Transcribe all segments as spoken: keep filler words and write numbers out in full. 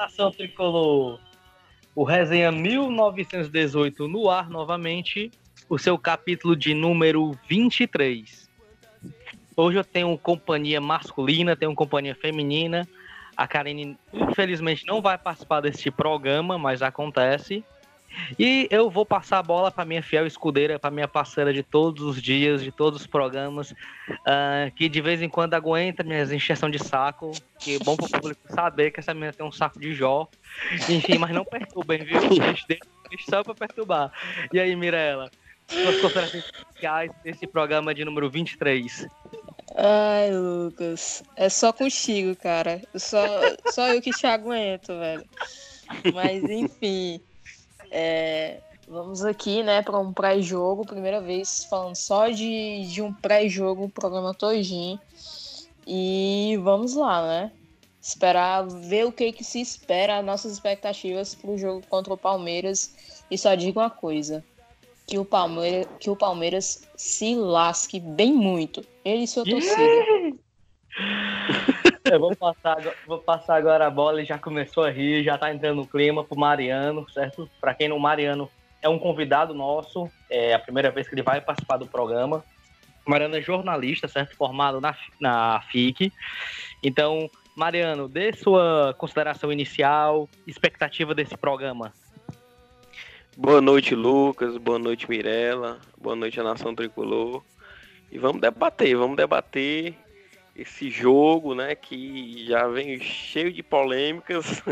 Nação Tricolor, o Resenha mil novecentos e dezoito no ar novamente, o seu capítulo de número vinte e três. Hoje eu tenho companhia masculina, tenho companhia feminina. A Karine, infelizmente, não vai participar deste programa, mas acontece. E eu vou passar a bola para minha fiel escudeira, para minha parceira de todos os dias, de todos os programas, uh, que de vez em quando aguenta minhas encheção de saco, que é bom para o público saber que essa menina tem um saco de Jó. Enfim, mas não perturbem, viu? Deixa, deixa só para perturbar. E aí, Mirella, suas considerações iniciais desse programa de número vinte e três. Ai, Lucas, é só contigo, cara. Só, só eu que te aguento, velho. Mas, enfim... É, vamos aqui, né, para um pré-jogo, primeira vez falando só de, de um pré-jogo, o programa todinho. E vamos lá, né? Esperar, ver o que, que se espera, nossas expectativas para o jogo contra o Palmeiras. E só digo uma coisa, que o Palmeiras, que o Palmeiras se lasque bem muito. Ele e sua torcida. Eu vou passar, vou passar agora a bola e já começou a rir, já tá entrando no clima pro Mariano, certo? Para quem não, o Mariano é um convidado nosso, é a primeira vez que ele vai participar do programa. O Mariano é jornalista, certo? Formado na, na F I C. Então, Mariano, dê sua consideração inicial, expectativa desse programa. Boa noite, Lucas. Boa noite, Mirella. Boa noite, a Nação Tricolor. E vamos debater, vamos debater esse jogo, né, que já vem cheio de polêmicas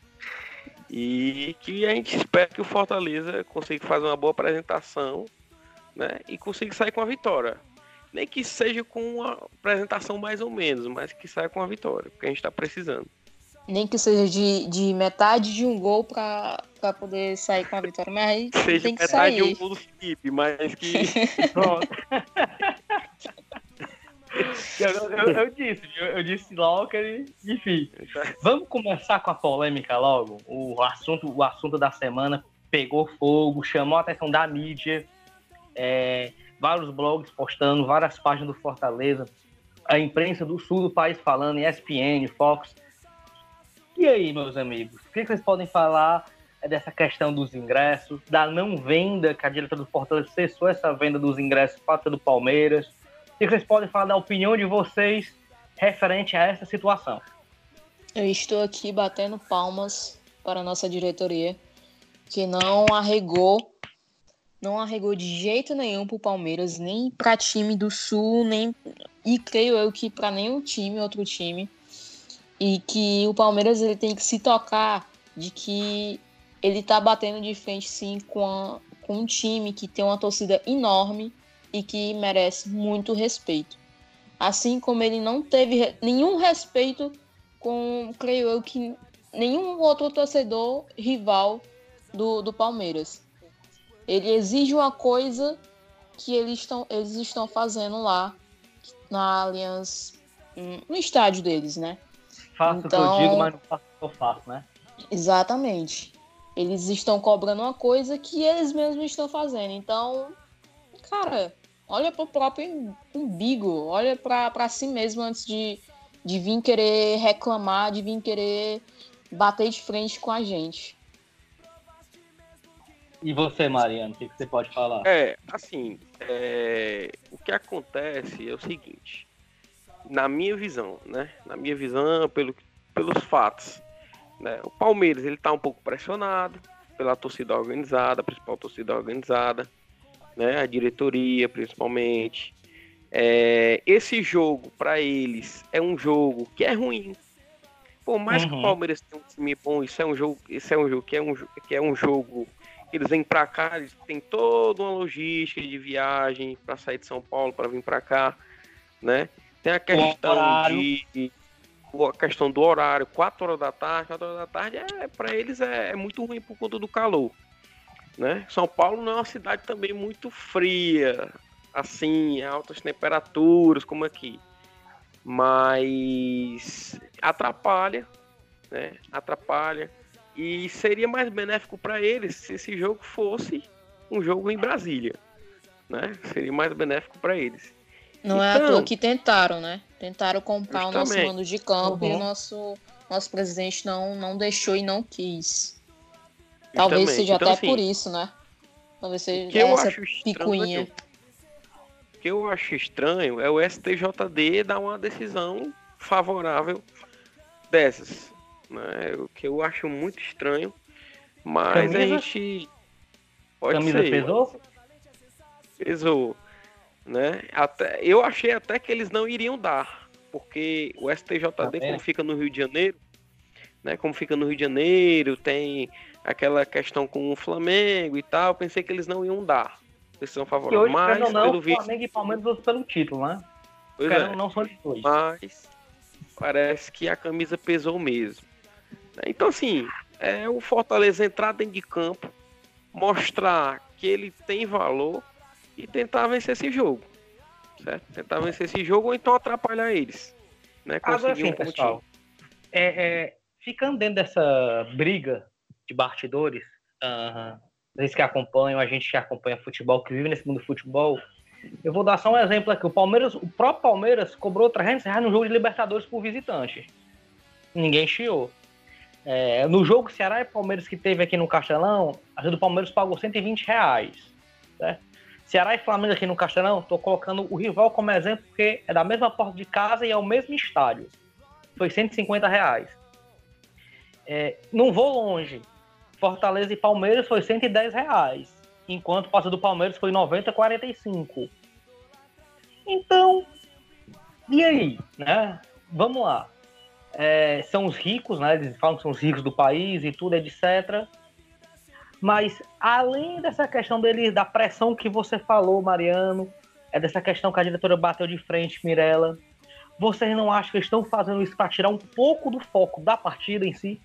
e que a gente espera que o Fortaleza consiga fazer uma boa apresentação, né, e consiga sair com a vitória. Nem que seja com uma apresentação mais ou menos, mas que saia com a vitória, porque a gente está precisando. Nem que seja de, de metade de um gol para poder sair com a vitória, mas aí seja tem que metade sair. de um gol do Felipe, mas que... Pronto. Eu, eu, eu disse, eu, eu disse logo que ele... Enfim, vamos começar com a polêmica logo. O assunto, o assunto da semana pegou fogo, chamou a atenção da mídia, é, vários blogs postando, várias páginas do Fortaleza, a imprensa do sul do país falando, E S P N, Fox. E aí, meus amigos, o que vocês podem falar dessa questão dos ingressos, da não venda, que a diretora do Fortaleza cessou essa venda dos ingressos para do Palmeiras? O que vocês podem falar da opinião de vocês referente a essa situação? Eu estou aqui batendo palmas para a nossa diretoria, que não arregou, não arregou de jeito nenhum para o Palmeiras, nem para time do Sul, nem e creio eu que para nenhum time, outro time. E que o Palmeiras ele tem que se tocar de que ele está batendo de frente, sim, com, a, com um time que tem uma torcida enorme e que merece muito respeito. Assim como ele não teve nenhum respeito com, creio eu, que nenhum outro torcedor rival do, do Palmeiras. Ele exige uma coisa que eles estão, eles estão fazendo lá na Allianz, no estádio deles, né? Faço então, o que eu digo, mas não faço o que eu faço, né? Exatamente. Eles estão cobrando uma coisa que eles mesmos estão fazendo. Então, cara, olha pro próprio umbigo, olha pra, pra si mesmo antes de, de vir querer reclamar, de vir querer bater de frente com a gente. E você, Mariano, o que, que você pode falar? É, assim, é, o que acontece é o seguinte, na minha visão, né, na minha visão, pelo, pelos fatos, né, o Palmeiras, ele tá um pouco pressionado pela torcida organizada, a principal torcida organizada, né, a diretoria principalmente. É, esse jogo para eles é um jogo que é ruim. Por mais uhum. que o Palmeiras tenha um time bom, isso é um jogo, isso é um jogo que é um, que é um jogo que eles vêm para cá, eles têm toda uma logística de viagem para sair de São Paulo para vir para cá, né? Tem a questão de a questão do horário, quatro horas da tarde, quatro horas da tarde é para eles é, é muito ruim por conta do calor. Né? São Paulo não é uma cidade também muito fria, assim, altas temperaturas como aqui, mas atrapalha, né? Atrapalha e seria mais benéfico para eles se esse jogo fosse um jogo em Brasília, né? Seria mais benéfico para eles. Não então, é à toa que tentaram, né? Tentaram comprar justamente o nosso mando de campo uhum. e o nosso, nosso presidente não, não deixou e não quis. Talvez Justamente. seja Então, até assim, por isso, né? Talvez o seja que eu essa acho estranho, picuinha. né, o que eu acho estranho é o S T J D dar uma decisão favorável dessas, né? O que eu acho muito estranho, mas a Camisa? gente pode Camisa ser, pesou? pesou, né? Até, eu achei até que eles não iriam dar, porque o S T J D, como Também. fica no Rio de Janeiro, né? Como fica no Rio de Janeiro, tem aquela questão com o Flamengo e tal, pensei que eles não iam dar decisão Que favorável, hoje, querendo ou mas não, pelo visto, Flamengo e Palmeiras lutam pelo título, né? pois Querendo ou é, não, são os dois. mas parece que a camisa pesou mesmo. Então, assim, é o Fortaleza entrar dentro de campo, mostrar que ele tem valor e tentar vencer esse jogo, certo? Tentar vencer esse jogo ou então atrapalhar eles, né? Agora Conseguir sim, um pontinho. pessoal. É, é, ficando dentro dessa briga de bastidores, uh, vocês que acompanham, a gente que acompanha futebol, que vive nesse mundo do futebol, eu vou dar só um exemplo aqui. O Palmeiras, o próprio Palmeiras cobrou trezentos reais no jogo de Libertadores por visitante. Ninguém chiou. É, no jogo Ceará e Palmeiras que teve aqui no Castelão, a do Palmeiras pagou cento e vinte reais. Certo? Ceará e Flamengo aqui no Castelão, estou colocando o rival como exemplo porque é da mesma porta de casa e é o mesmo estádio. Foi cento e cinquenta reais. É, não vou longe. Fortaleza e Palmeiras foi cento e dez reais. Enquanto o passe do Palmeiras foi noventa e quarenta e cinco. Então, e aí? Né? Vamos lá. É, são os ricos, né? Eles falam que são os ricos do país e tudo, etcétera. Mas, além dessa questão dele, da pressão que você falou, Mariano, é dessa questão que a diretora bateu de frente, Mirella, vocês não acham que eles estão fazendo isso para tirar um pouco do foco da partida em si?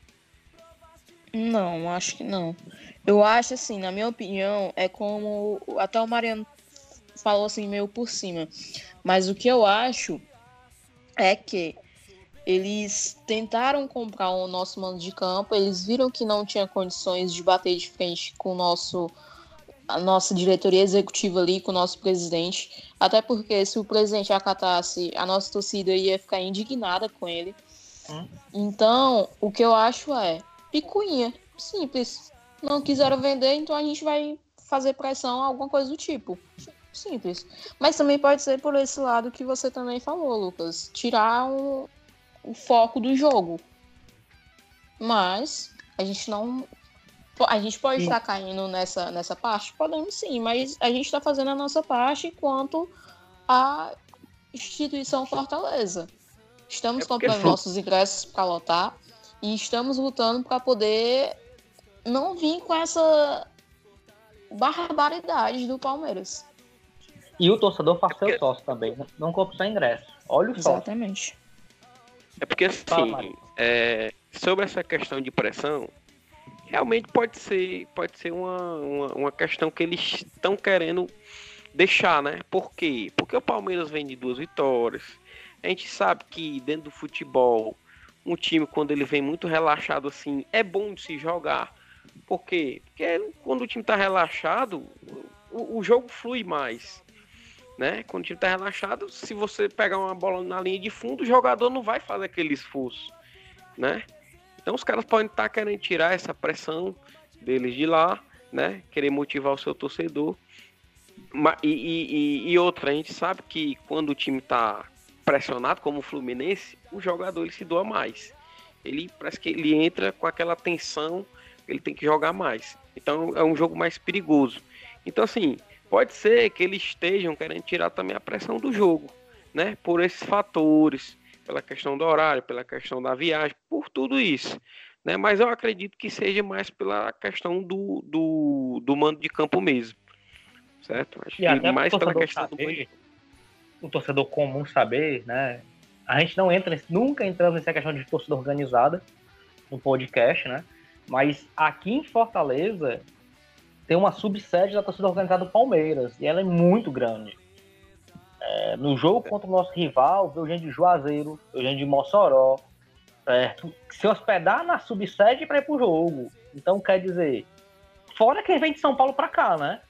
Não, acho que não. Eu acho, assim, na minha opinião, é como até o Mariano falou assim, meio por cima. Mas o que eu acho é que eles tentaram comprar o nosso mando de campo, eles viram que não tinha condições de bater de frente com o nosso, a nossa diretoria executiva ali, com o nosso presidente. Até porque se o presidente acatasse, a nossa torcida ia ficar indignada com ele. Hum. Então, o que eu acho é picuinha, simples. Não quiseram vender, então a gente vai fazer pressão, alguma coisa do tipo. Simples. Mas também pode ser por esse lado que você também falou, Lucas. Tirar um, o foco do jogo. Mas a gente não... A gente pode sim. estar caindo nessa, nessa parte? Podemos sim, mas a gente está fazendo a nossa parte quanto à instituição Fortaleza. Estamos é comprando foi... nossos ingressos para lotar e estamos lutando para poder não vir com essa barbaridade do Palmeiras. E o torcedor faz seu sócio também, não compra só ingresso. Olha o sócio. Exatamente. É porque, assim, é, sobre essa questão de pressão, realmente pode ser, pode ser uma, uma, uma questão que eles estão querendo deixar, né? Por quê? Porque o Palmeiras vem de duas vitórias. A gente sabe que dentro do futebol, um time, quando ele vem muito relaxado assim, é bom de se jogar. Por quê? Porque quando o time tá relaxado, o, o jogo flui mais. Né? Quando o time tá relaxado, se você pegar uma bola na linha de fundo, o jogador não vai fazer aquele esforço, né? Então os caras podem estar querendo tirar essa pressão deles de lá, né? Querer motivar o seu torcedor. E, e, e outra, a gente sabe que quando o time tá pressionado, como o Fluminense, o jogador ele se doa mais. Ele parece que ele entra com aquela tensão, ele tem que jogar mais. Então é um jogo mais perigoso. Então assim, pode ser que eles estejam querendo tirar também a pressão do jogo, né? Por esses fatores, pela questão do horário, pela questão da viagem, por tudo isso, né? Mas eu acredito que seja mais pela questão do, do, do mando de campo mesmo, certo? Acho e que mais pela questão saber, do mando de campo. O torcedor comum saber, né? A gente não entra, nunca entramos nessa questão de torcida organizada no podcast, né? Mas aqui em Fortaleza tem uma subsede da torcida organizada do Palmeiras, e ela é muito grande. É, no jogo contra o nosso rival, veio gente de Juazeiro, veio gente de Mossoró, certo? Se hospedar na subsede para ir pro jogo. Então, quer dizer, fora quem vem de São Paulo para cá, né?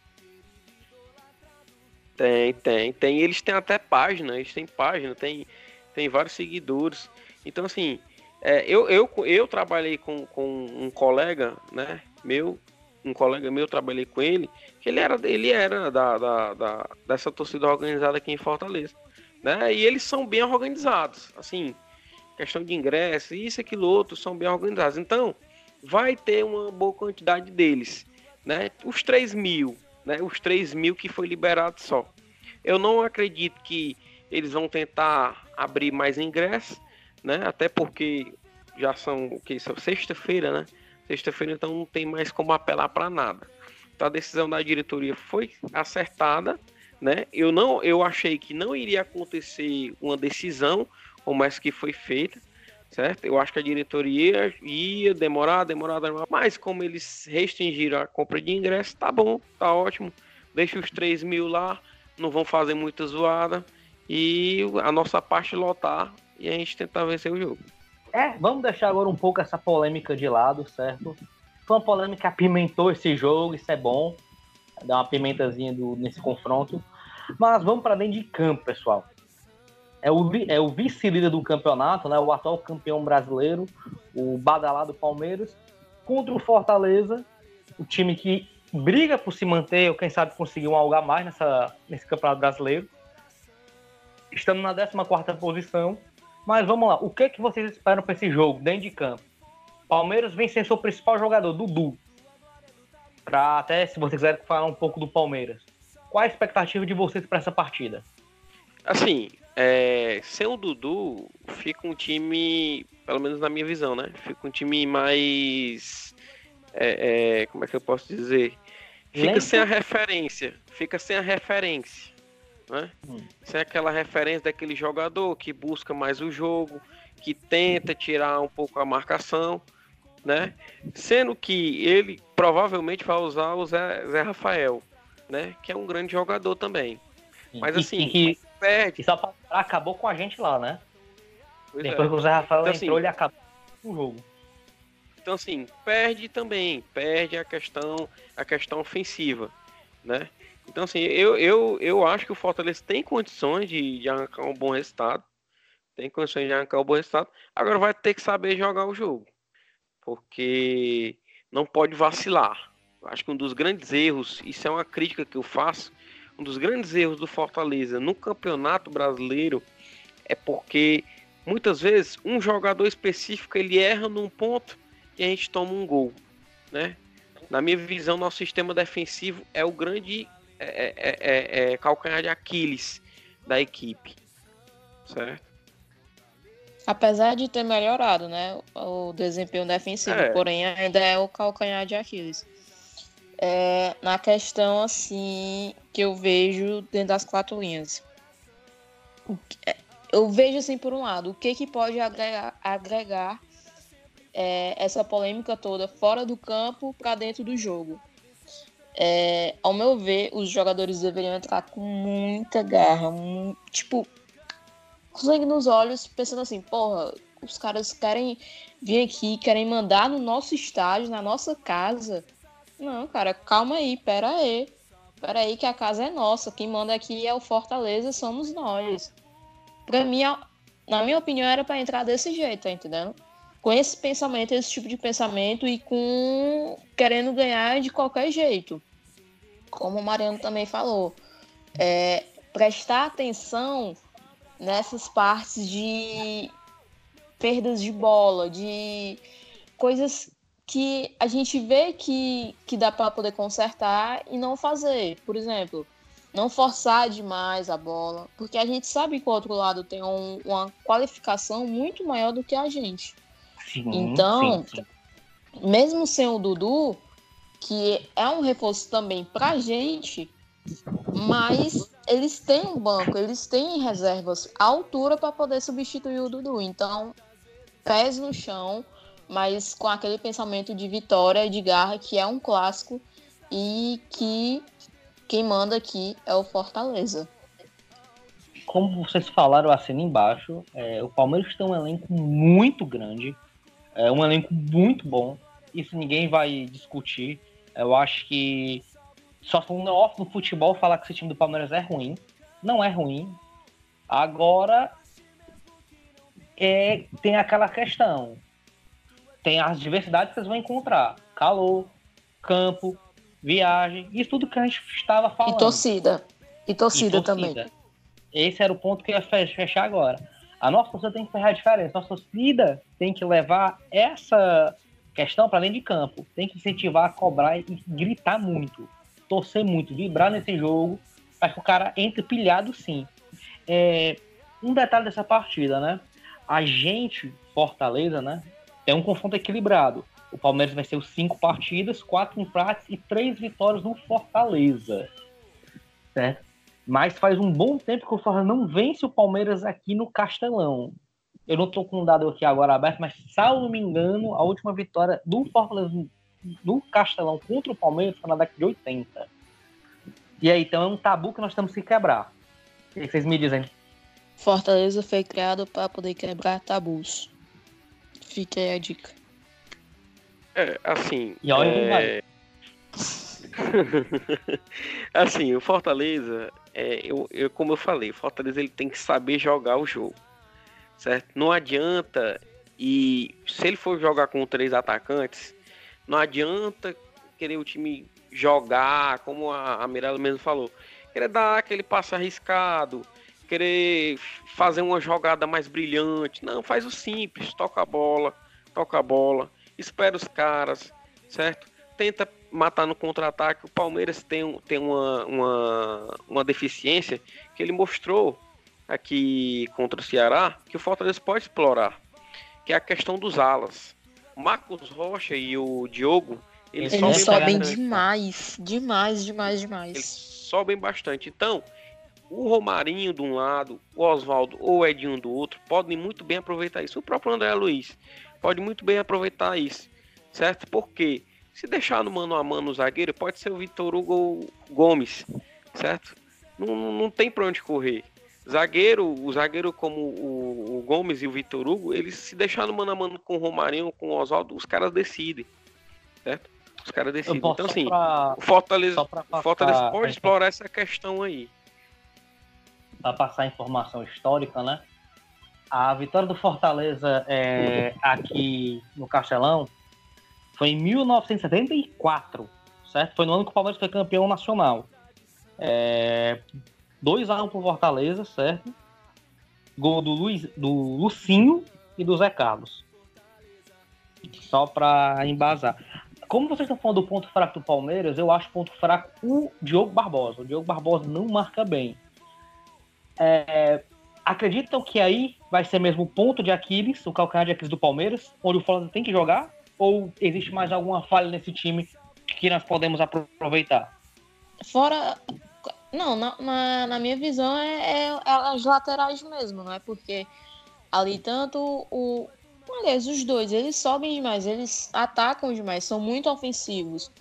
Tem, tem, tem. Eles têm até página, eles têm página, tem, tem vários seguidores. Então, assim, É, eu, eu, eu trabalhei com, com um colega, né, meu, um colega meu, trabalhei com ele, que ele era, ele era da, da, da, dessa torcida organizada aqui em Fortaleza, né, e eles são bem organizados, assim, questão de ingresso, isso, aquilo, outro, são bem organizados, então, vai ter uma boa quantidade deles, né, os três mil, né, os três mil que foi liberado só. Eu não acredito que eles vão tentar abrir mais ingressos, né? Até porque já são o que são sexta-feira, né? Sexta-feira, então não tem mais como apelar para nada. Então a decisão da diretoria foi acertada, né? Eu não, eu achei que não iria acontecer uma decisão como essa que foi feita, certo? Eu acho que a diretoria ia demorar, demorar, demorar, mas como eles restringiram a compra de ingresso, tá bom, tá ótimo. Deixa os três mil lá, não vão fazer muita zoada e a nossa parte lotar e a gente tentar vencer o jogo. É, vamos deixar agora um pouco essa polêmica de lado, certo? Foi uma polêmica que apimentou esse jogo, isso é bom, dá uma pimentazinha do, nesse confronto. Mas vamos para dentro de campo, pessoal. É o, é o vice-líder do campeonato, né? O atual campeão brasileiro, o badalado Palmeiras, contra o Fortaleza, o time que briga por se manter, ou quem sabe conseguir um algo a mais nessa, nesse campeonato brasileiro. Estamos na décima quarta posição. Mas vamos lá, o que, que vocês esperam para esse jogo, dentro de campo? Palmeiras vem sem seu principal jogador, Dudu. Pra até, se vocês quiserem falar um pouco do Palmeiras. Qual a expectativa de vocês para essa partida? Assim, é, sem o Dudu, fica um time, pelo menos na minha visão, né? Fica um time mais... É, é, como é que eu posso dizer? Fica Lento? sem a referência. Fica sem a referência. Né? Hum. Sem aquela referência daquele jogador que busca mais o jogo, que tenta tirar um pouco a marcação, né? Sendo que ele provavelmente vai usar o Zé, Zé Rafael, né? Que é um grande jogador também. Sim. Mas assim, e, que perde. E só pra, acabou com a gente lá, né? Pois Depois é. que o Zé Rafael então, entrou, assim, ele acabou com o jogo. Então assim, perde também, perde a questão, a questão ofensiva, né? Então, assim, eu, eu, eu acho que o Fortaleza tem condições de, de arrancar um bom resultado. Tem condições de arrancar um bom resultado. Agora vai ter que saber jogar o jogo. Porque não pode vacilar. Acho que um dos grandes erros, isso é uma crítica que eu faço, um dos grandes erros do Fortaleza no Campeonato Brasileiro é porque muitas vezes um jogador específico ele erra num ponto e a gente toma um gol, né? Na minha visão, nosso sistema defensivo é o grande É, é, é, é calcanhar de Aquiles da equipe, certo? Apesar de ter melhorado, né, o desempenho defensivo, é. porém ainda é o calcanhar de Aquiles. É, na questão assim que eu vejo dentro das quatro linhas, eu vejo assim por um lado o que que pode agregar, agregar é, essa polêmica toda fora do campo para dentro do jogo. É, ao meu ver, os jogadores deveriam entrar com muita garra, um, tipo, com sangue nos olhos, pensando assim, porra, os caras querem vir aqui, querem mandar no nosso estádio, na nossa casa. Não, cara, calma aí, pera aí. Pera aí que a casa é nossa, quem manda aqui é o Fortaleza, somos nós. Pra mim, na minha opinião, era pra entrar desse jeito, tá entendendo? Com esse pensamento, esse tipo de pensamento e com querendo ganhar de qualquer jeito. Como o Mariano também falou, é, prestar atenção nessas partes de perdas de bola, de coisas que a gente vê que, que dá para poder consertar e não fazer. Por exemplo, não forçar demais a bola, porque a gente sabe que o outro lado tem um, uma qualificação muito maior do que a gente. Sim, então, sim, sim. mesmo sem o Dudu, que é um reforço também pra gente, mas eles têm um banco, eles têm reservas à altura para poder substituir o Dudu. Então, pés no chão, mas com aquele pensamento de vitória e de garra, que é um clássico e que quem manda aqui é o Fortaleza. Como vocês falaram assim embaixo, é, o Palmeiras tem um elenco muito grande, é um elenco muito bom, isso ninguém vai discutir. Eu acho que só for um off no futebol falar que esse time do Palmeiras é ruim. Não é ruim. Agora, é, tem aquela questão. Tem as diversidades que eles vão encontrar. Calor, campo, viagem, isso tudo que a gente estava falando. E torcida. E torcida, E torcida também. Esse era o ponto que eu ia fechar agora. A nossa torcida tem que ferrar a diferença. Nossa torcida tem que levar essa questão para dentro de campo. Tem que incentivar a cobrar e gritar muito. Torcer muito, vibrar nesse jogo, para que o cara entre pilhado sim. É, um detalhe dessa partida, né? A gente, Fortaleza, né? Tem um confronto equilibrado. O Palmeiras venceu cinco partidas, quatro empates e três vitórias no Fortaleza. Certo? Mas faz um bom tempo que o Fortaleza não vence o Palmeiras aqui no Castelão. Eu não estou com um dado aqui agora aberto, mas, salvo não me engano, a última vitória do Fortaleza no Castelão contra o Palmeiras foi na década de oitenta. E aí, então, é um tabu que nós temos que quebrar. O que vocês me dizem? Fortaleza foi criado para poder quebrar tabus. Fica aí a dica. É, assim... E olha é... assim, o Fortaleza, é, eu, eu, como eu falei, o Fortaleza ele tem que saber jogar o jogo, certo? Não adianta, e se ele for jogar com três atacantes, não adianta querer o time jogar, como a, a Mirella mesmo falou, querer dar aquele passo arriscado, querer fazer uma jogada mais brilhante. Não, faz o simples, toca a bola, toca a bola, espera os caras, certo? Tenta matar no contra-ataque. O Palmeiras tem, tem uma, uma, uma deficiência que ele mostrou aqui contra o Ceará, que o Fortaleza pode explorar, que é a questão dos alas. O Marcos Rocha e o Diogo, eles, eles sobem, sobem bastante. demais, demais, demais, demais. Eles sobem bastante. Então, o Romarinho de um lado, o Oswaldo ou o Edinho do outro, podem muito bem aproveitar isso. O próprio André Luiz pode muito bem aproveitar isso, certo? Porque se deixar no mano a mano o zagueiro, pode ser o Vitor Hugo Gomes, certo? Não, não tem pra onde correr. Zagueiro, o zagueiro como o, o Gomes e o Vitor Hugo, eles se deixar no mano a mano com o Romarinho, com o Oswaldo, os caras decidem, certo? Os caras decidem. Então, assim, pra, o Fortaleza, o Fortaleza pode explorar essa questão aí. Para passar informação histórica, né? A vitória do Fortaleza é, aqui no Castelão foi em mil novecentos e setenta e quatro, certo? Foi no ano que o Palmeiras foi campeão nacional. É, dois a um pro Fortaleza, certo? Gol do, Luiz, do Lucinho e do Zé Carlos. Só para embasar. Como vocês estão falando do ponto fraco do Palmeiras, eu acho ponto fraco o Diogo Barbosa. O Diogo Barbosa não marca bem. É, acreditam que aí vai ser mesmo o ponto de Aquiles, o calcanhar de Aquiles do Palmeiras, onde o Fortaleza tem que jogar? Ou existe mais alguma falha nesse time que nós podemos aproveitar? Fora... Não, na, na, na minha visão é, é as laterais mesmo, não é? Porque ali tanto o... Aliás, os dois, eles sobem demais, eles atacam demais, são muito ofensivos.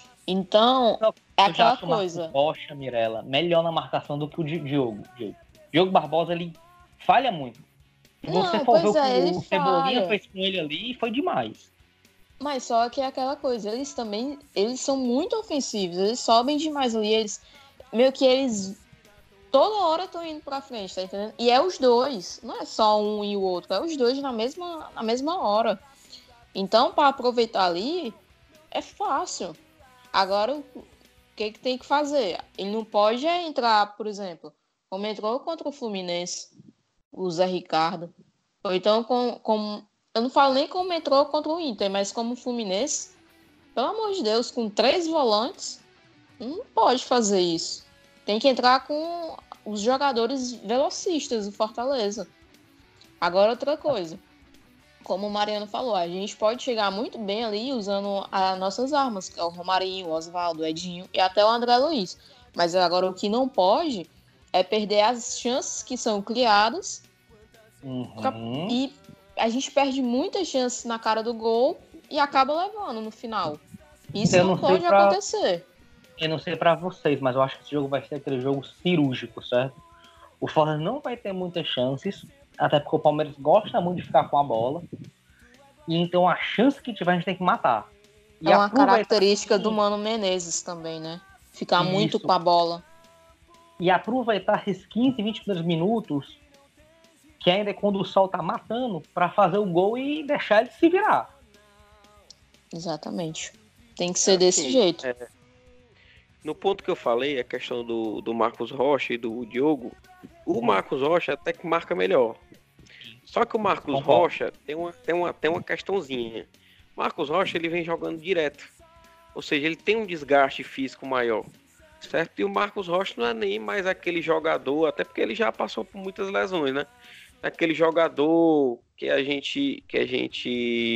Então, eu, é eu aquela coisa. Poxa, Mirella, melhor na marcação do que o Diogo. Diogo, Diogo Barbosa, ele falha muito. Se Não, você for ver é, o que o Cebolinha fez com ele ali, foi demais. Mas só que é aquela coisa, eles também, eles são muito ofensivos, eles sobem demais ali, eles, meio que eles, toda hora estão indo pra frente, tá entendendo? E é os dois, não é só um e o outro, é os dois na mesma, na mesma hora. Então, para aproveitar ali, é fácil. Agora, o que, que tem que fazer? Ele não pode entrar, por exemplo, como entrou contra o Fluminense, o Zé Ricardo, ou então com... com eu não falo nem como entrou contra o Inter, mas como o Fluminense, pelo amor de Deus, com três volantes, não pode fazer isso. Tem que entrar com os jogadores velocistas do Fortaleza. Agora, outra coisa. Como o Mariano falou, a gente pode chegar muito bem ali usando as nossas armas, que é o Romarinho, o Oswaldo, o Edinho e até o André Luiz. Mas agora o que não pode é perder as chances que são criadas uhum. pra, e a gente perde muitas chances na cara do gol e acaba levando no final. Isso eu não, não pode pra, acontecer. Eu não sei pra vocês, mas eu acho que esse jogo vai ser aquele jogo cirúrgico, certo? O Fortaleza não vai ter muitas chances, até porque o Palmeiras gosta muito de ficar com a bola. E então a chance que tiver a gente tem que matar. E é uma característica do Mano Menezes também, né? Ficar Isso. muito com a bola. E aproveitar esses quinze, vinte primeiros minutos que ainda é quando o sol tá matando, para fazer o gol e deixar ele se virar. Exatamente. Tem que ser assim, desse jeito. É, no ponto que eu falei, a questão do, do Marcos Rocha e do Diogo, o Marcos Rocha até que marca melhor. Só que o Marcos Rocha tem uma, tem, uma, tem uma questãozinha. Marcos Rocha, ele vem jogando direto. Ou seja, ele tem um desgaste físico maior. Certo? E o Marcos Rocha não é nem mais aquele jogador, até porque ele já passou por muitas lesões, né? Aquele jogador que a gente, que a gente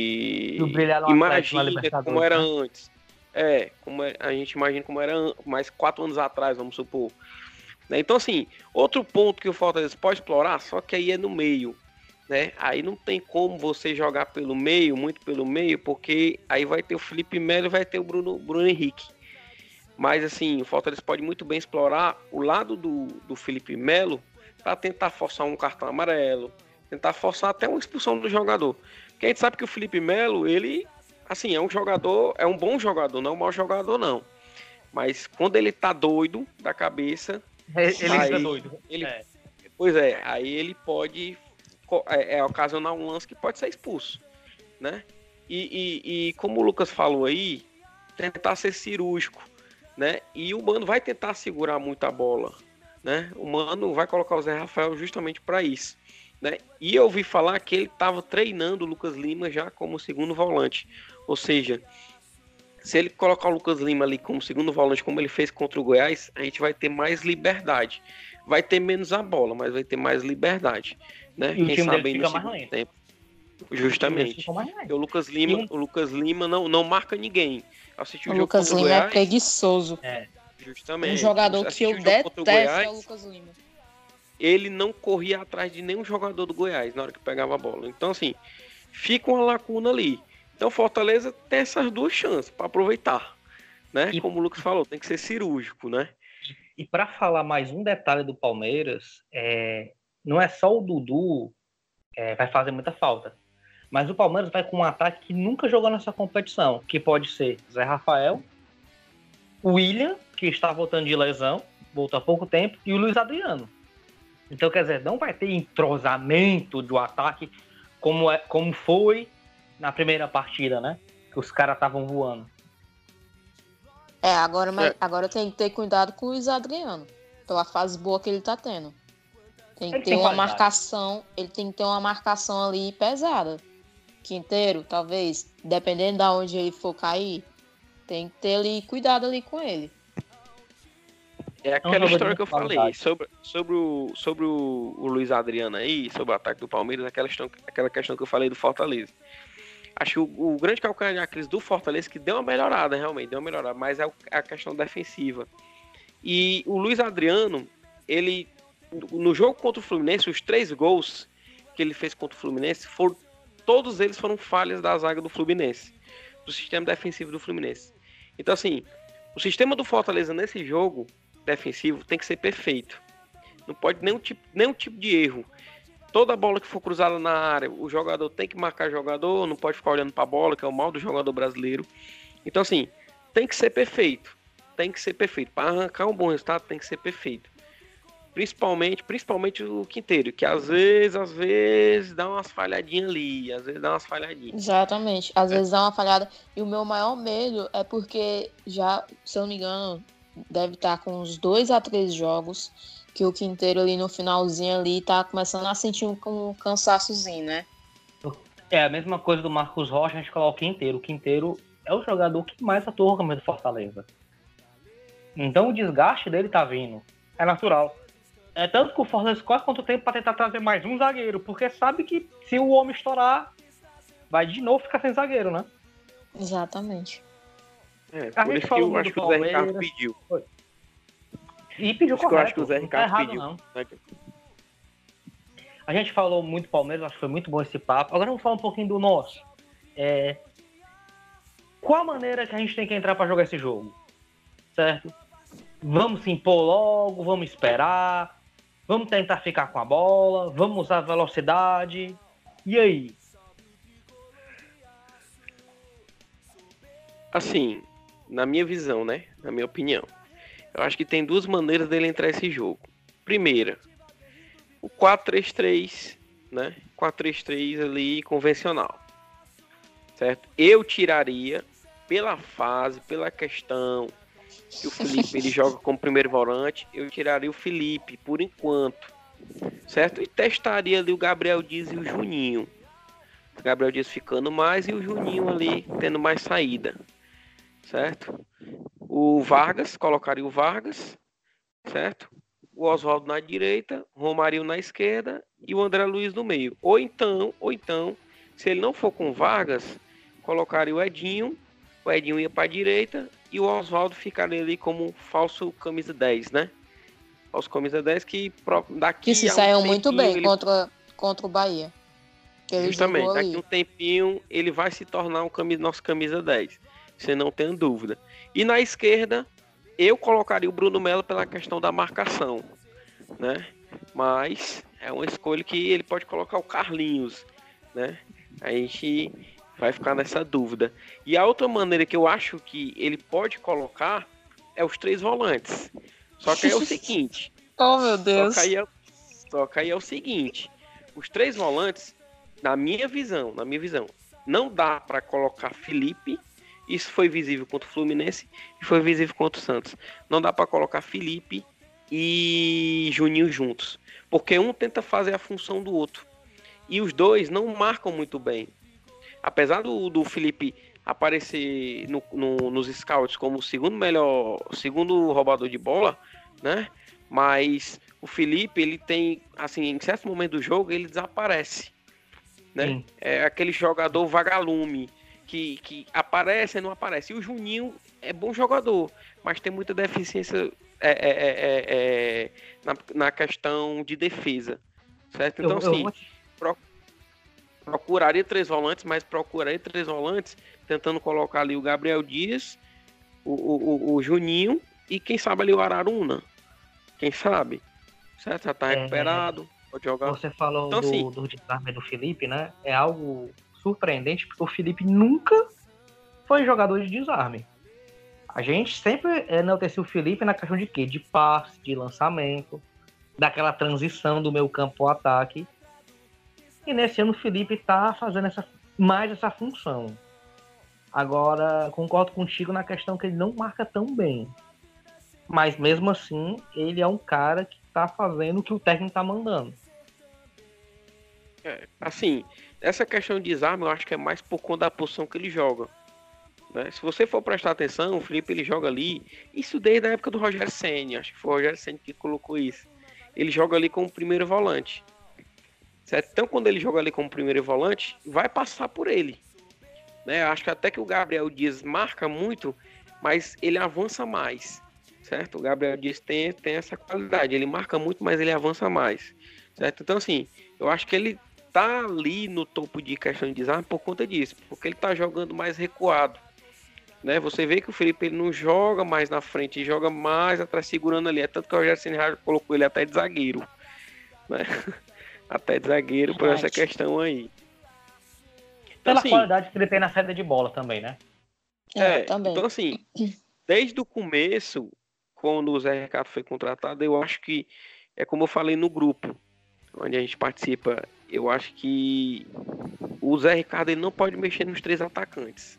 imagina como era antes. É, como é, a gente imagina como era mais quatro anos atrás, vamos supor. Então, assim, outro ponto que o Fortaleza pode explorar, só que aí é no meio. Né? Aí não tem como você jogar pelo meio, muito pelo meio, porque aí vai ter o Felipe Melo e vai ter o Bruno, Bruno Henrique. Mas assim, o Fortaleza pode muito bem explorar o lado do, do Felipe Melo para tentar forçar um cartão amarelo, tentar forçar até uma expulsão do jogador. Porque a gente sabe que o Felipe Melo, ele, assim, é um jogador, é um bom jogador, não é um mau jogador não. Mas quando ele tá doido da cabeça... Ele aí, fica doido. Ele, é. Pois é, aí ele pode... É, é ocasionar um lance que pode ser expulso, né? E, e, e como o Lucas falou aí, tentar ser cirúrgico, né? E o Mano vai tentar segurar muito a bola, né? O Mano vai colocar o Zé Rafael justamente para isso, né? E eu ouvi falar que ele estava treinando o Lucas Lima já como segundo volante, ou seja, se ele colocar o Lucas Lima ali como segundo volante, como ele fez contra o Goiás, a gente vai ter mais liberdade. Vai ter menos a bola, mas vai ter mais liberdade. Né? E Quem o time sabe dele fica mais lento. Tempo. Justamente. O, o Lucas Lima, o Lucas Lima não, não marca ninguém. Assisti o, o Lucas Lima Goiás, é preguiçoso. É. Justamente. Um jogador que eu detesto Goiás, é o Lucas Lima. Ele não corria atrás de nenhum jogador do Goiás na hora que pegava a bola. Então, assim, fica uma lacuna ali. Então, Fortaleza tem essas duas chances para aproveitar. Né? E, como o Lucas falou, tem que ser cirúrgico, né? E para falar mais um detalhe do Palmeiras, é, não é só o Dudu é, vai fazer muita falta, mas o Palmeiras vai com um ataque que nunca jogou nessa competição, que pode ser Zé Rafael, o William, que está voltando de lesão, voltou há pouco tempo, e o Luiz Adriano. Então, quer dizer, não vai ter entrosamento do ataque como, é, como foi na primeira partida, né? Que os caras estavam voando. É, agora, mas, é. agora tem que ter cuidado com o Luiz Adriano, pela fase boa que ele tá tendo. Tem que ele ter tem uma qualidade. marcação, ele tem que ter uma marcação ali pesada. Quinteiro, talvez, dependendo de onde ele for cair, tem que ter ali cuidado ali com ele. É aquela história que eu falei sobre, sobre, o, sobre o, o Luiz Adriano aí, sobre o ataque do Palmeiras, aquela questão, aquela questão que eu falei do Fortaleza. Acho que o, o grande calcanhar de Aquiles do Fortaleza que deu uma melhorada, realmente, deu uma melhorada, mas é a questão defensiva. E o Luiz Adriano, ele, no jogo contra o Fluminense, os três gols que ele fez contra o Fluminense, foram, todos eles foram falhas da zaga do Fluminense, do sistema defensivo do Fluminense. Então, assim, o sistema do Fortaleza nesse jogo defensivo tem que ser perfeito. Não pode nenhum tipo, nenhum tipo de erro. Toda bola que for cruzada na área, o jogador tem que marcar jogador, não pode ficar olhando para a bola, que é o mal do jogador brasileiro. Então, assim, tem que ser perfeito. Tem que ser perfeito. Para arrancar um bom resultado, tem que ser perfeito. Principalmente, principalmente o Quinteiro, que às vezes, às vezes dá umas falhadinhas ali, às vezes dá umas falhadinhas. Exatamente. Às é. vezes dá uma falhada. E o meu maior medo é porque já, se eu não me engano, deve estar com uns dois a três jogos que o Quinteiro ali no finalzinho ali tá começando a sentir um, um cansaçozinho, né? É a mesma coisa do Marcos Rocha, a gente coloca o Quinteiro. O Quinteiro é o jogador que mais atua com o do Fortaleza. Então o desgaste dele tá vindo. É natural. É tanto que o Fortaleza quase quanto tempo para tentar trazer mais um zagueiro, porque sabe que se o homem estourar, vai de novo ficar sem zagueiro, né? Exatamente. É, por a gente isso que eu acho que o Zé Ricardo pediu. Foi. E pediu correto. Eu acho que o Zé Ricardo não tá errado, pediu. Não. A gente falou muito do Palmeiras, acho que foi muito bom esse papo. Agora vamos falar um pouquinho do nosso. É... Qual a maneira que a gente tem que entrar para jogar esse jogo? Certo? Vamos se impor logo, vamos esperar, vamos tentar ficar com a bola, vamos usar velocidade. E aí? Assim, na minha visão, né? Na minha opinião. Eu acho que tem duas maneiras dele entrar esse jogo. Primeira, o quatro três três né? quatro três três ali convencional. Certo? Eu tiraria pela fase, pela questão que o Felipe ele joga como primeiro volante, eu tiraria o Felipe por enquanto. Certo? E testaria ali o Gabriel Dias e o Juninho. O Gabriel Dias ficando mais e o Juninho ali tendo mais saída. Certo? O Vargas, colocaria o Vargas, certo? O Oswaldo na direita, Romarinho na esquerda e o André Luiz no meio. Ou então, ou então, se ele não for com o Vargas, colocaria o Edinho, o Edinho ia para a direita e o Oswaldo ficaria ali como falso camisa dez, né? Falso camisa dez que daqui que se a um saiu muito bem ele... contra, contra o Bahia. Que ele Justamente, jogou daqui ali. um tempinho ele vai se tornar um camisa, nosso camisa dez. Você não tem dúvida. E na esquerda, eu colocaria o Bruno Melo pela questão da marcação, né? Mas é uma escolha que ele pode colocar o Carlinhos, né? A gente vai ficar nessa dúvida. E a outra maneira que eu acho que ele pode colocar é os três volantes. Só que aí é o seguinte. Oh, meu Deus. Só que aí é, só que aí é o seguinte. Os três volantes, na minha visão, na minha visão, não dá para colocar Felipe. Isso foi visível contra o Fluminense e foi visível contra o Santos. Não dá para colocar Felipe e Juninho juntos, porque um tenta fazer a função do outro. E os dois não marcam muito bem. Apesar do, do Felipe aparecer no, no, nos scouts como o segundo melhor, segundo roubador de bola, né? Mas o Felipe, ele tem, assim, em certo momento do jogo, ele desaparece, né? Sim. É aquele jogador vagalume. Que, que aparece e não aparece. E o Juninho é bom jogador, mas tem muita deficiência é, é, é, é, na, na questão de defesa. Certo? Então, eu, assim, eu... Pro, procuraria três volantes, mas procuraria três volantes tentando colocar ali o Gabriel Dias, o, o, o Juninho e quem sabe ali o Araruna. Quem sabe? Certo? Já tá recuperado, é, pode jogar. Você falou então, do, assim, do desarme do Felipe, né? É algo surpreendente, porque o Felipe nunca foi jogador de desarme. A gente sempre enalteceu o Felipe na questão de quê? De passe, de lançamento, daquela transição do meio campo ao ataque. E nesse ano o Felipe tá fazendo essa, mais essa função. Agora, concordo contigo na questão que ele não marca tão bem. Mas mesmo assim, ele é um cara que tá fazendo o que o técnico tá mandando. É, assim, essa questão de desarme eu acho que é mais por conta da posição que ele joga, né? Se você for prestar atenção, o Felipe ele joga ali, isso desde a época do Rogério Ceni, acho que foi o Rogério Ceni que colocou isso. Ele joga ali como primeiro volante, certo? Então quando ele joga ali como primeiro volante, vai passar por ele, né? Acho que até que o Gabriel Dias marca muito, mas ele avança mais, certo? O Gabriel Dias tem, tem essa qualidade, ele marca muito, mas ele avança mais, certo? Então assim, eu acho que ele tá ali no topo de questão de desarme por conta disso, porque ele tá jogando mais recuado, né? Você vê que o Felipe ele não joga mais na frente, ele joga mais atrás segurando ali, é tanto que o Rogério Ceni colocou ele até de zagueiro, né? Até de zagueiro por essa questão aí. Então, pela assim, qualidade que ele tem na saída de bola também, né? É, é também. Então assim, desde o começo, quando o Zé Ricardo foi contratado, eu acho que é como eu falei no grupo onde a gente participa, eu acho que o Zé Ricardo ele não pode mexer nos três atacantes.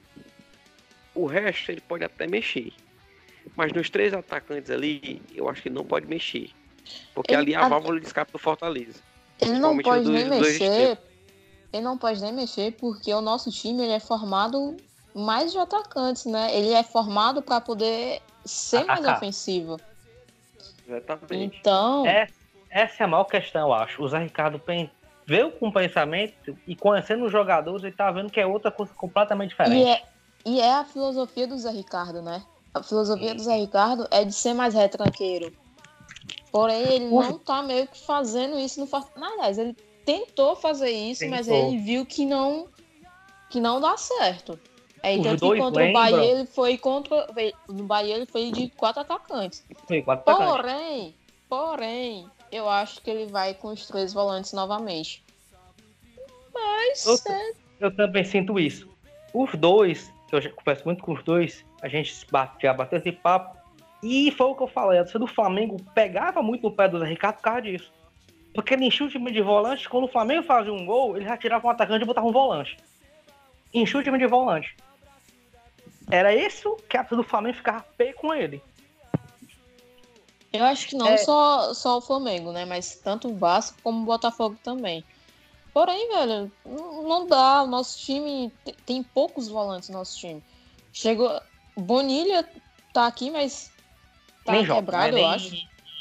O resto ele pode até mexer. Mas nos três atacantes ali, eu acho que ele não pode mexer. Porque ele, ali é a válvula de escape do Fortaleza. Ele não pode nem mexer. Ele não pode nem mexer porque o nosso time ele é formado mais de atacantes, né? Ele é formado para poder ser Atacar. mais ofensivo. Exatamente. Então... É. Essa é a maior questão, eu acho. O Zé Ricardo veio com o pensamento e conhecendo os jogadores, ele tá vendo que é outra coisa completamente diferente. E é, e é a filosofia do Zé Ricardo, né? A filosofia Sim. do Zé Ricardo é de ser mais retranqueiro. Porém, ele Ufa. não tá meio que fazendo isso no Fortaleza. Aliás, ele tentou fazer isso, tentou. mas ele viu que não, que não dá certo. Aí, tanto que contra lembram. o Bahia, ele foi contra... No Bahia, ele foi de quatro atacantes. Foi quatro atacantes. Porém, porém... eu acho que ele vai com os três volantes novamente. Mas... Eu, é... eu também sinto isso. Os dois, que eu já converso muito com os dois, a gente já bateu esse papo, e foi o que eu falei, a torcida do Flamengo pegava muito no pé do Zé Ricardo por causa disso. Porque ele enchia o time de volante, quando o Flamengo fazia um gol, ele já tirava um atacante e botava um volante. Enchia o time de volante. Era isso que a do Flamengo ficava feio com ele. Eu acho que não É. só, só o Flamengo, né? Mas tanto o Vasco como o Botafogo também. Porém, velho, não não dá. O nosso time te- tem poucos volantes no nosso time. Chegou. Bonilha tá aqui, mas tá Nem joga, quebrado, né? eu Nem- acho.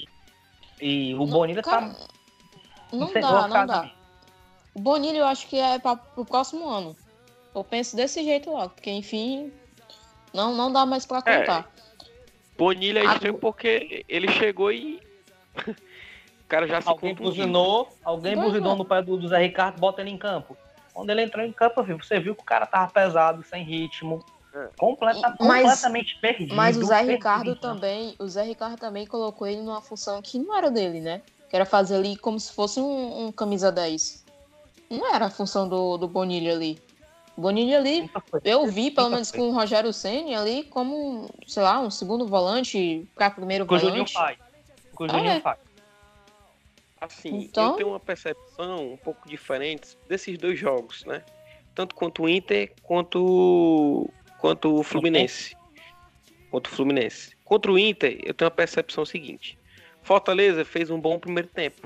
E o Não, Bonilha cara, tá... Não sei, dá, vou não ficar dá. ali. O Bonilha eu acho que é para o próximo ano. Eu penso desse jeito lá, porque enfim, não, não dá mais pra É, contar. Bonilha é Ah, estranho porque ele chegou e o cara já se Alguém contundiu. buzinou, alguém Pois buzinou é. no pé do, do Zé Ricardo, bota ele em campo. Quando ele entrou em campo, viu, você viu que o cara tava pesado, sem ritmo, É. completa, E- mas- completamente perdido. Mas o Zé perdido Ricardo em campo. também, o Zé Ricardo também colocou ele numa função que não era dele, né? Que era fazer ali como se fosse um, um camisa dez. Não era a função do, do Bonilha ali. O Bonilha ali, Nunca foi. eu vi, pelo Nunca menos foi. com o Rogério Ceni ali, como, sei lá, um segundo volante para primeiro O que o Juninho volante. faz. O que o Ah, Juninho é. faz. Assim, Então- eu tenho uma percepção um pouco diferente desses dois jogos, né? Tanto quanto o Inter, quanto, quanto o Fluminense. Quanto o Fluminense. Contra o Inter, eu tenho uma percepção seguinte. Fortaleza fez um bom primeiro tempo.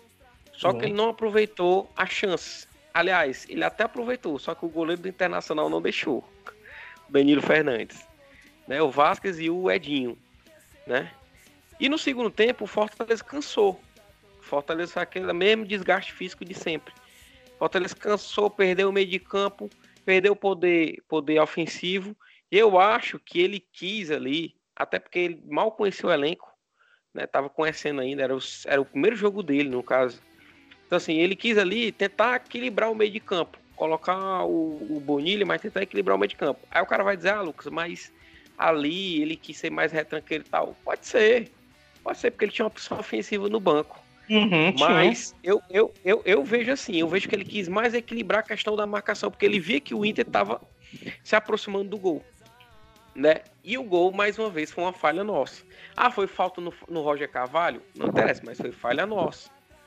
Só Sim. que ele não aproveitou a chance. Aliás, ele até aproveitou, só que o goleiro do Internacional não deixou. O Danilo Fernandes. Né? O Vasquez e o Edinho. Né? E no segundo tempo, o Fortaleza cansou. O Fortaleza foi aquele mesmo desgaste físico de sempre. O Fortaleza cansou, perdeu o meio de campo, perdeu o poder, poder ofensivo. Eu acho que ele quis ali, até porque ele mal conhecia o elenco, né? Tava conhecendo ainda, era o, era o primeiro jogo dele, no caso. Então, assim, ele quis ali tentar equilibrar o meio de campo, colocar o, o Bonilha, mas tentar equilibrar o meio de campo. Aí o cara vai dizer, ah, Lucas, mas ali ele quis ser mais retranqueiro e tal. Pode ser, pode ser, porque ele tinha uma opção ofensiva no banco. Uhum, Mas eu, eu, eu, eu vejo assim, eu vejo que ele quis mais equilibrar a questão da marcação, porque ele via que o Inter estava se aproximando do gol. Né? E o gol, mais uma vez, foi uma falha nossa. Ah, foi falta no, no Roger Carvalho? Não interessa, mas foi falha nossa.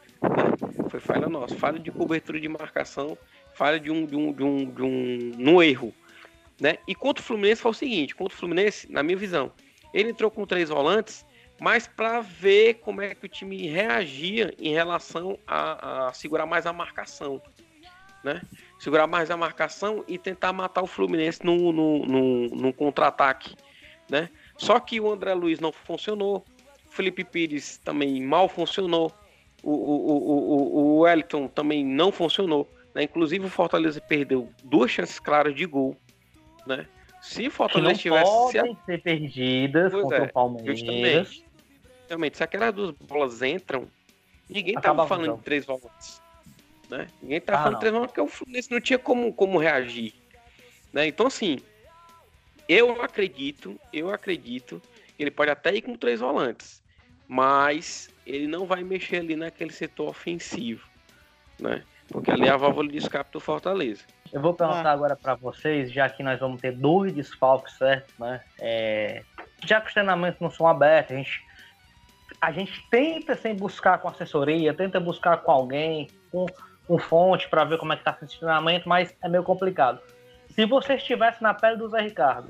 Né? Foi falha nossa. Falha de cobertura de marcação, falha de um, de um, de um, de um, um erro. Né? E contra o Fluminense foi o seguinte, contra o Fluminense, na minha visão, ele entrou com três volantes, mas para ver como é que o time reagia em relação a, a segurar mais a marcação, né? Segurar mais a marcação e tentar matar o Fluminense no, no, no, no contra-ataque, né? Só que o André Luiz não funcionou, o Felipe Pires também mal funcionou, o, o, o, o, o Wellington também não funcionou, né? Inclusive o Fortaleza perdeu duas chances claras de gol, né? Se o Que Fortaleza não tivesse... podem ser perdidas Pois contra é, o Palmeiras. Justamente. Justamente. Se aquelas duas bolas entram, ninguém Acaba tava a falando função. de três volantes. Né? Ninguém tava Ah, falando não. de três volantes porque o Fluminense não tinha como, como reagir. Né? Então, assim, eu acredito, eu acredito que ele pode até ir com três volantes, mas ele não vai mexer ali naquele setor ofensivo. Né? Porque ali é a válvula de escape do Fortaleza. Eu vou perguntar Ah. agora para vocês, já que nós vamos ter dois desfalques, certo? Né? É... Já que os treinamentos não são abertos, a gente, a gente tenta sem buscar com assessoria, tenta buscar com alguém, com, com fonte, para ver como é que está esse treinamento, mas é meio complicado. Se você estivesse na pele do Zé Ricardo,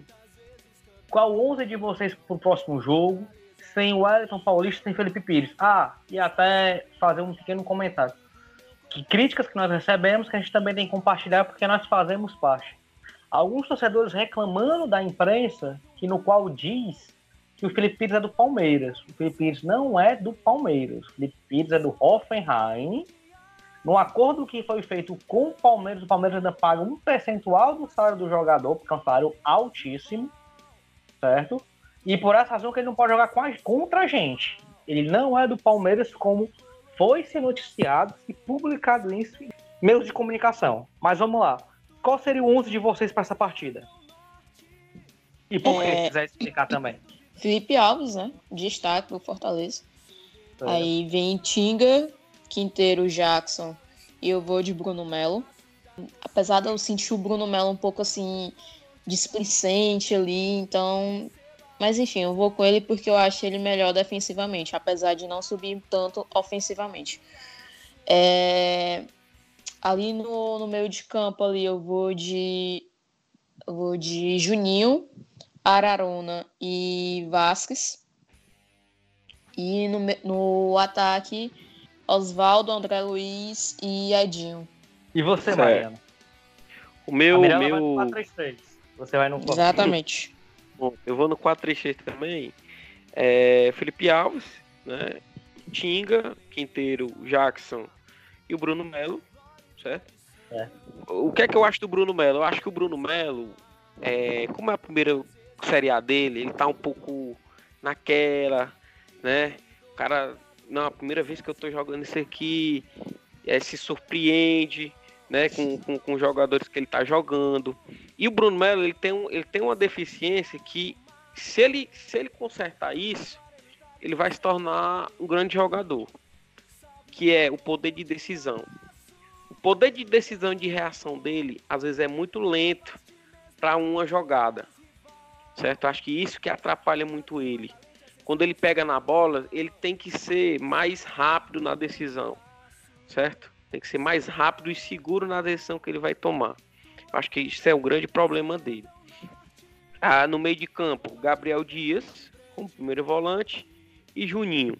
qual onze de vocês para o próximo jogo, sem o Wellington Paulista, sem Felipe Pires? Ah, e até fazer um pequeno comentário. Que críticas que nós recebemos que a gente também tem que compartilhar porque nós fazemos parte. Alguns torcedores reclamando da imprensa que no qual diz que o Felipe Pires é do Palmeiras. O Felipe Pires não é do Palmeiras. O Felipe Pires é do Hoffenheim. No acordo que foi feito com o Palmeiras, o Palmeiras ainda paga um percentual do salário do jogador, porque é um salário altíssimo, certo? E por essa razão que ele não pode jogar com a, contra a gente. Ele não é do Palmeiras como foi se noticiado e publicado isso em meios de comunicação. Mas vamos lá. Qual seria o onze de vocês para essa partida? E por que, É... se quiser explicar também. Felipe Alves, né? Destaque pro Fortaleza. É. Aí vem Tinga, Quinteiro, Jackson e eu vou de Bruno Melo. Apesar de eu sentir o Bruno Melo um pouco assim, displicente ali, então... Mas enfim, eu vou com ele porque eu acho ele melhor defensivamente, apesar de não subir tanto ofensivamente. É, ali no, no meio de campo, ali eu vou de, eu vou de Juninho, Araruna e Vasquez. E no, no ataque, Osvaldo, André Luiz e Edinho. E você, Certo. Mariana? O meu. A Mirella meu... vai no quatro três três. Você vai no quatro. Exatamente. Bom, eu vou no quatro três três também. É, Felipe Alves, né? Tinga, Quinteiro, Jackson e o Bruno Melo, certo? É. O que é que eu acho do Bruno Melo? Eu acho que o Bruno Melo, é, como é a primeira Série A dele, ele tá um pouco naquela, né? O cara, não, a primeira vez que eu tô jogando isso aqui, é, se surpreende, né? Com, com, com os jogadores que ele tá jogando. E o Bruno Melo, ele tem, um, ele tem uma deficiência que, se ele, se ele consertar isso, ele vai se tornar um grande jogador, que é o poder de decisão. O poder de decisão e de reação dele, às vezes, é muito lento para uma jogada, certo? Acho que isso que atrapalha muito ele. Quando ele pega na bola, ele tem que ser mais rápido na decisão, certo? Tem que ser mais rápido e seguro na decisão que ele vai tomar. Acho que isso é um grande problema dele. Ah, no meio de campo, Gabriel Dias, como primeiro volante, e Juninho,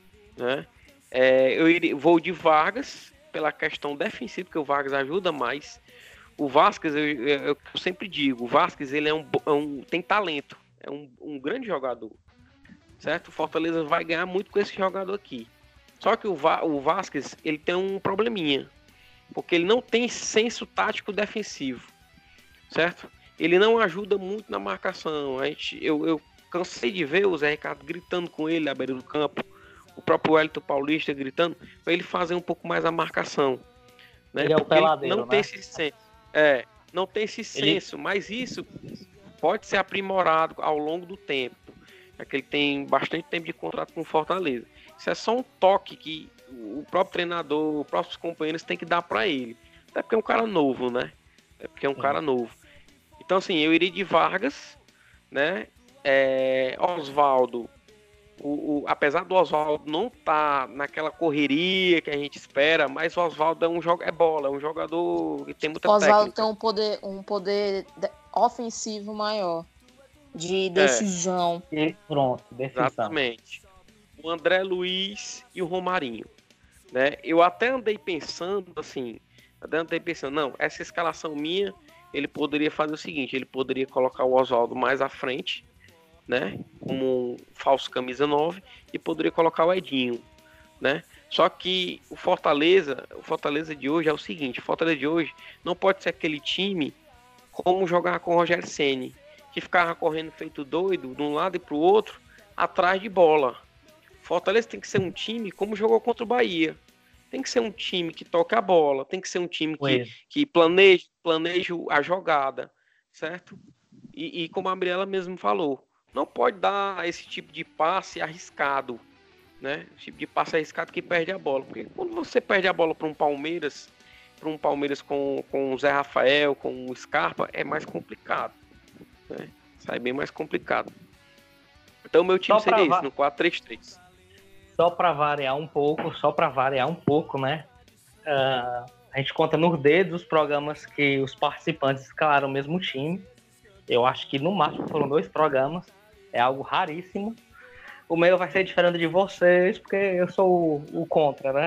né? É, eu iria, vou de Vargas, pela questão defensiva, porque o Vargas ajuda mais. O Vasquez, eu, eu, eu sempre digo, o Vasquez, ele é um, é um, tem talento, é um, um grande jogador, certo? O Fortaleza vai ganhar muito com esse jogador aqui. Só que o, Va, o Vasquez, ele tem um probleminha, porque ele não tem senso tático defensivo, certo? Ele não ajuda muito na marcação. A gente, eu, eu cansei de ver o Zé Ricardo gritando com ele à beira do campo, o próprio Wellington Paulista gritando, para ele fazer um pouco mais a marcação, né? Ele é o Porque peladeiro, ele não né? tem esse senso. É, não tem esse senso, ele... mas isso pode ser aprimorado ao longo do tempo. É que ele tem bastante tempo de contrato com o Fortaleza. Isso é só um toque que o próprio treinador, os próprios companheiros têm que dar para ele. Até porque é um cara novo, né? É porque é um Sim. cara novo. Então, assim, eu iria de Vargas, né? É, Osvaldo. O, o, apesar do Osvaldo não estar tá naquela correria que a gente espera, mas o Osvaldo é um jogo, é bola, é um jogador que tem muita técnica. O Osvaldo tem um poder, um poder ofensivo maior, de decisão. É. E pronto, decisão. Exatamente. O André Luiz e o Romarinho, né? Eu até andei pensando assim, até andei pensando, não, essa escalação minha, ele poderia fazer o seguinte, ele poderia colocar o Osvaldo mais à frente, né, como um falso camisa nove, e poderia colocar o Edinho, né? Só que o Fortaleza, o Fortaleza de hoje é o seguinte, o Fortaleza de hoje não pode ser aquele time como jogar com o Rogério Ceni, que ficava correndo feito doido de um lado e pro outro, atrás de bola. O Fortaleza tem que ser um time como jogou contra o Bahia. Tem que ser um time que toca a bola, tem que ser um time que, que planeja, planeja a jogada, certo? E, e como a Mirella mesmo falou, não pode dar esse tipo de passe arriscado, né? Esse tipo de passe arriscado que perde a bola. Porque quando você perde a bola para um Palmeiras, para um Palmeiras com, com o Zé Rafael, com o Scarpa, é mais complicado, né? Sai bem mais complicado. Então o meu time só seria va- esse, no quatro três três. Só para variar um pouco, só para variar um pouco, né? Uh, a gente conta nos dedos os programas que os participantes escalaram o mesmo time. Eu acho que no máximo foram dois programas. É algo raríssimo. O meu vai ser diferente de vocês, porque eu sou o, o contra, né?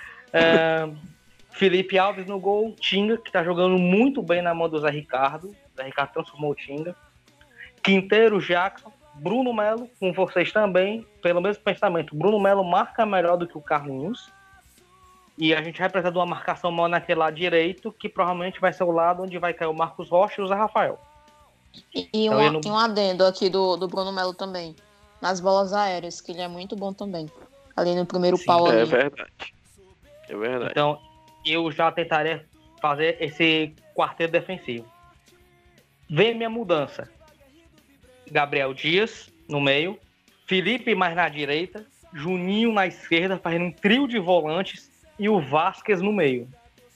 Uh, Felipe Alves no gol. Tinga, que tá jogando muito bem na mão do Zé Ricardo. O Zé Ricardo transformou o Tinga. Quinteiro, Jackson. Bruno Melo, com vocês também, pelo mesmo pensamento. Bruno Melo marca melhor do que o Carlinhos. E a gente vai precisar de uma marcação maior naquele lado direito, que provavelmente vai ser o lado onde vai cair o Marcos Rocha e o Zé Rafael. E, e, então, um, não... e um adendo aqui do, do Bruno Melo também. Nas bolas aéreas, que ele é muito bom também. Ali no primeiro Sim, pau. É ali. verdade. É verdade. Então, eu já tentaria fazer esse quarteto defensivo. Vem minha mudança. Gabriel Dias no meio, Felipe mais na direita, Juninho na esquerda, fazendo um trio de volantes e o Vasquez no meio.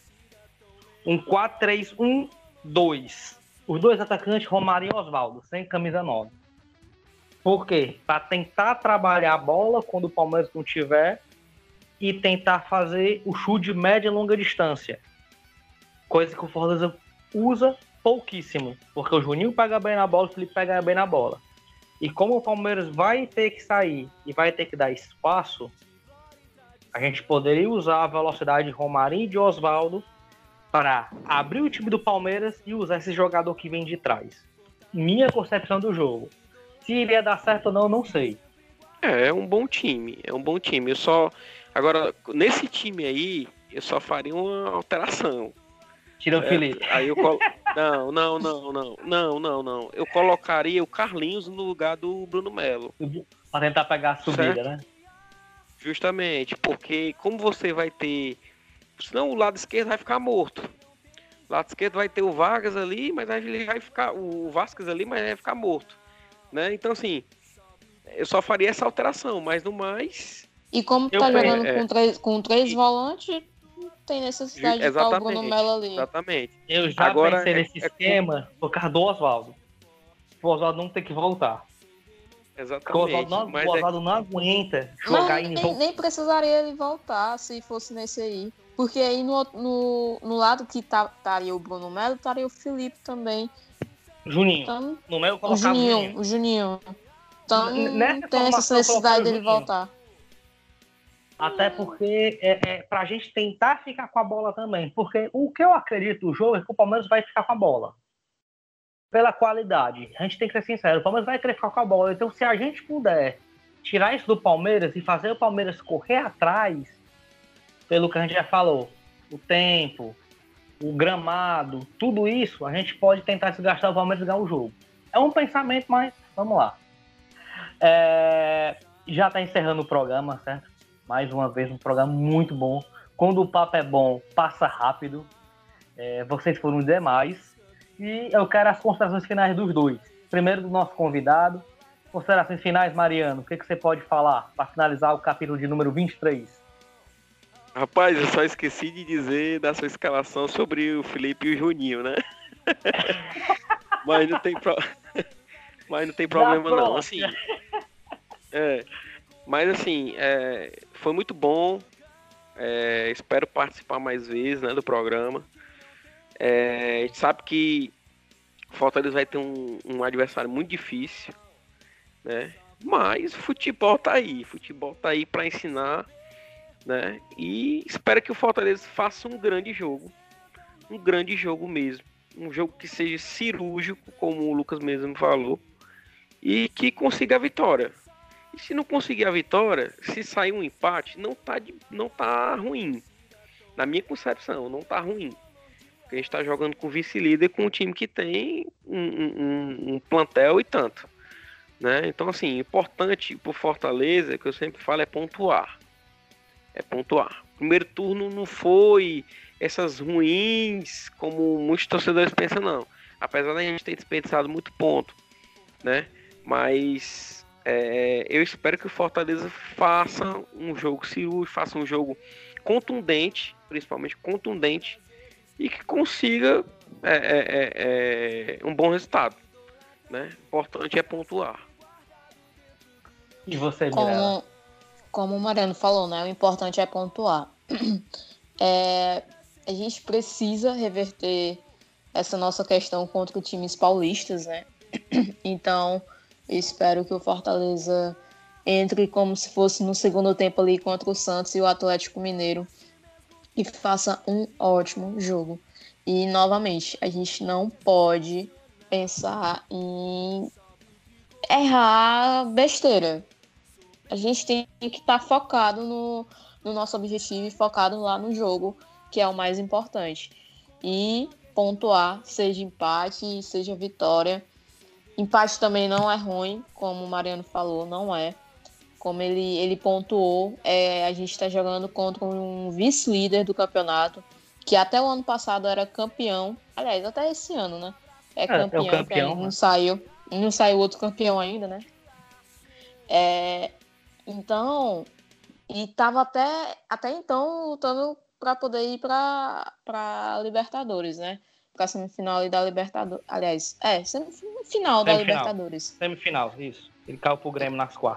Um quatro três um dois. Os dois atacantes, Romarinho e Osvaldo, sem camisa nove. Por quê? Para tentar trabalhar a bola quando o Palmeiras não tiver e tentar fazer o chute de média e longa distância. Coisa que o Fortaleza usa pouquíssimo, porque o Juninho pega bem na bola, o Felipe pega bem na bola. E como o Palmeiras vai ter que sair e vai ter que dar espaço, a gente poderia usar a velocidade de Romarinho e de Oswaldo para abrir o time do Palmeiras e usar esse jogador que vem de trás. Minha concepção do jogo. Se iria dar certo ou não, não sei. É, é um bom time, é um bom time. Eu só. Agora, nesse time aí, eu só faria uma alteração. Tira o Felipe. Aí eu colo... Não, não, não, não, não, não, não. Eu colocaria o Carlinhos no lugar do Bruno Melo. Para tentar pegar a subida, certo? né? Justamente, porque como você vai ter. Senão o lado esquerdo vai ficar morto. O lado esquerdo vai ter o Vargas ali, mas ele vai ficar. O Vasquez ali, mas vai ficar morto. Né? Então, assim, eu só faria essa alteração, mas no mais. E como Eu tá penso- jogando é, com três, com três e- volantes, não tem necessidade de estar o Bruno Melo ali. Exatamente. Eu já Agora, pensei é- nesse é esquema por causa do Oswaldo. O Oswaldo não tem que voltar. Porque o Exatamente. Oswaldo não, Mas o é- Oswaldo não aguenta jogar Mas em nem, volta. nem precisaria ele voltar se fosse nesse aí. Porque aí no, no, no lado que tá, estaria o Bruno Melo, estaria o Felipe também. Juninho. Então, No meu eu o colocava o Juninho, Juninho. o Juninho. Então N- não nessa tem essa formação eu colocaria necessidade o dele Juninho. voltar. Até porque é, é pra gente tentar ficar com a bola também. Porque o que eu acredito do jogo é que o Palmeiras vai ficar com a bola. Pela qualidade. A gente tem que ser sincero. O Palmeiras vai querer ficar com a bola. Então, se a gente puder tirar isso do Palmeiras e fazer o Palmeiras correr atrás, pelo que a gente já falou, o tempo, o gramado, tudo isso, a gente pode tentar desgastar o Palmeiras e ganhar o jogo. É um pensamento, mas vamos lá. É, já está encerrando o programa, certo? Mais uma vez, um programa muito bom. Quando o papo é bom, passa rápido. É, vocês foram demais. E eu quero as considerações finais dos dois. Primeiro do nosso convidado. Considerações finais, Mariano. O que, que você pode falar para finalizar o capítulo de número vinte e três? Rapaz, eu só esqueci de dizer da sua escalação sobre o Felipe e o Juninho, né? Mas não tem, pro... Mas não tem problema não. Assim, é, mas assim, é, foi muito bom. É, espero participar mais vezes, né, do programa. É, a gente sabe que o Fortaleza vai ter um, um adversário muito difícil, né? Mas o futebol tá aí, futebol tá aí para ensinar, né? E espero que o Fortaleza faça um grande jogo, um grande jogo mesmo, um jogo que seja cirúrgico, como o Lucas mesmo falou, e que consiga a vitória. E se não conseguir a vitória, se sair um empate, não tá, de, não tá ruim. Na minha concepção, não tá ruim. Porque a gente tá jogando com o vice-líder, com um time que tem um, um, um plantel e tanto. Né? Então, assim, importante pro Fortaleza, que eu sempre falo, é pontuar. É pontuar. Primeiro turno não foi essas ruins, como muitos torcedores pensam, não. Apesar da gente ter desperdiçado muito ponto, né? Mas é, eu espero que o Fortaleza faça um jogo cirúrgico, faça um jogo contundente, principalmente contundente, e que consiga é, é, é, um bom resultado, né? O importante é pontuar. E você, Mirella? Como, como o Mariano falou, né? O importante é pontuar. É, a gente precisa reverter essa nossa questão contra os times paulistas, né? Então, eu espero que o Fortaleza entre como se fosse no segundo tempo ali contra o Santos e o Atlético Mineiro e faça um ótimo jogo. E, novamente, a gente não pode pensar em errar besteira. A gente tem que estar focado no, no nosso objetivo e focado lá no jogo, que é o mais importante. E pontuar, seja empate, seja vitória. Empate também não é ruim, como o Mariano falou, não é. Como ele, ele pontuou, é, a gente está jogando contra um vice-líder do campeonato, que até o ano passado era campeão. Aliás, até esse ano, né? É, É, é o campeão, que campeão, ainda não né? saiu. Não saiu outro campeão ainda, né? É, então, e tava até, até então lutando para poder ir para Libertadores, né? Para a semifinal da Libertadores. Aliás, é, semifinal da Semifinal. Libertadores. Semifinal, isso. Ele caiu pro Grêmio nas quartas.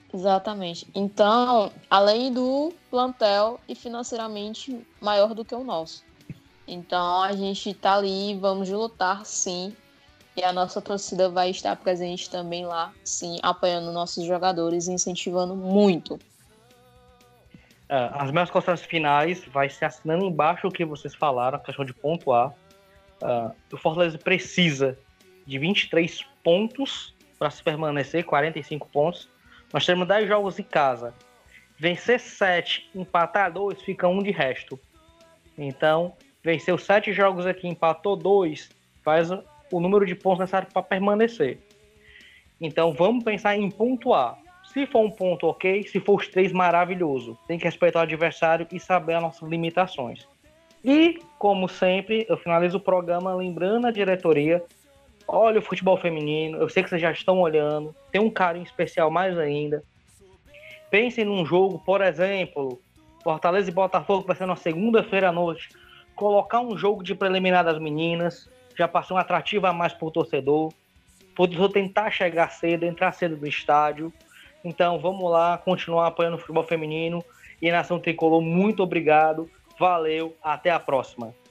Exatamente. Então, além do plantel e financeiramente maior do que o nosso. Então, a gente tá ali, vamos lutar, sim. E a nossa torcida vai estar presente também lá, sim, apoiando nossos jogadores e incentivando muito. É, as minhas considerações finais vai ser assinando embaixo o que vocês falaram, a questão de pontuar. Uh, o Fortaleza precisa de vinte e três pontos para se permanecer, quarenta e cinco pontos. Nós temos dez jogos em casa. Vencer sete, empatar dois, fica um de resto. Então, venceu sete jogos aqui, empatou dois, faz o número de pontos necessário para permanecer. Então, vamos pensar em pontuar. Se for um ponto, ok. Se for os três, maravilhoso. Tem que respeitar o adversário e saber as nossas limitações. E, como sempre, eu finalizo o programa lembrando a diretoria: olha o futebol feminino, eu sei que vocês já estão olhando, tem um carinho especial mais ainda. Pensem num jogo, por exemplo, Fortaleza e Botafogo, vai ser na segunda-feira à noite. Colocar um jogo de preliminar das meninas, já passou um atrativo a mais para o torcedor. O torcedor tentar chegar cedo, entrar cedo no estádio. Então, vamos lá, continuar apoiando o futebol feminino. E Nação Tricolor, muito obrigado. Valeu, até a próxima.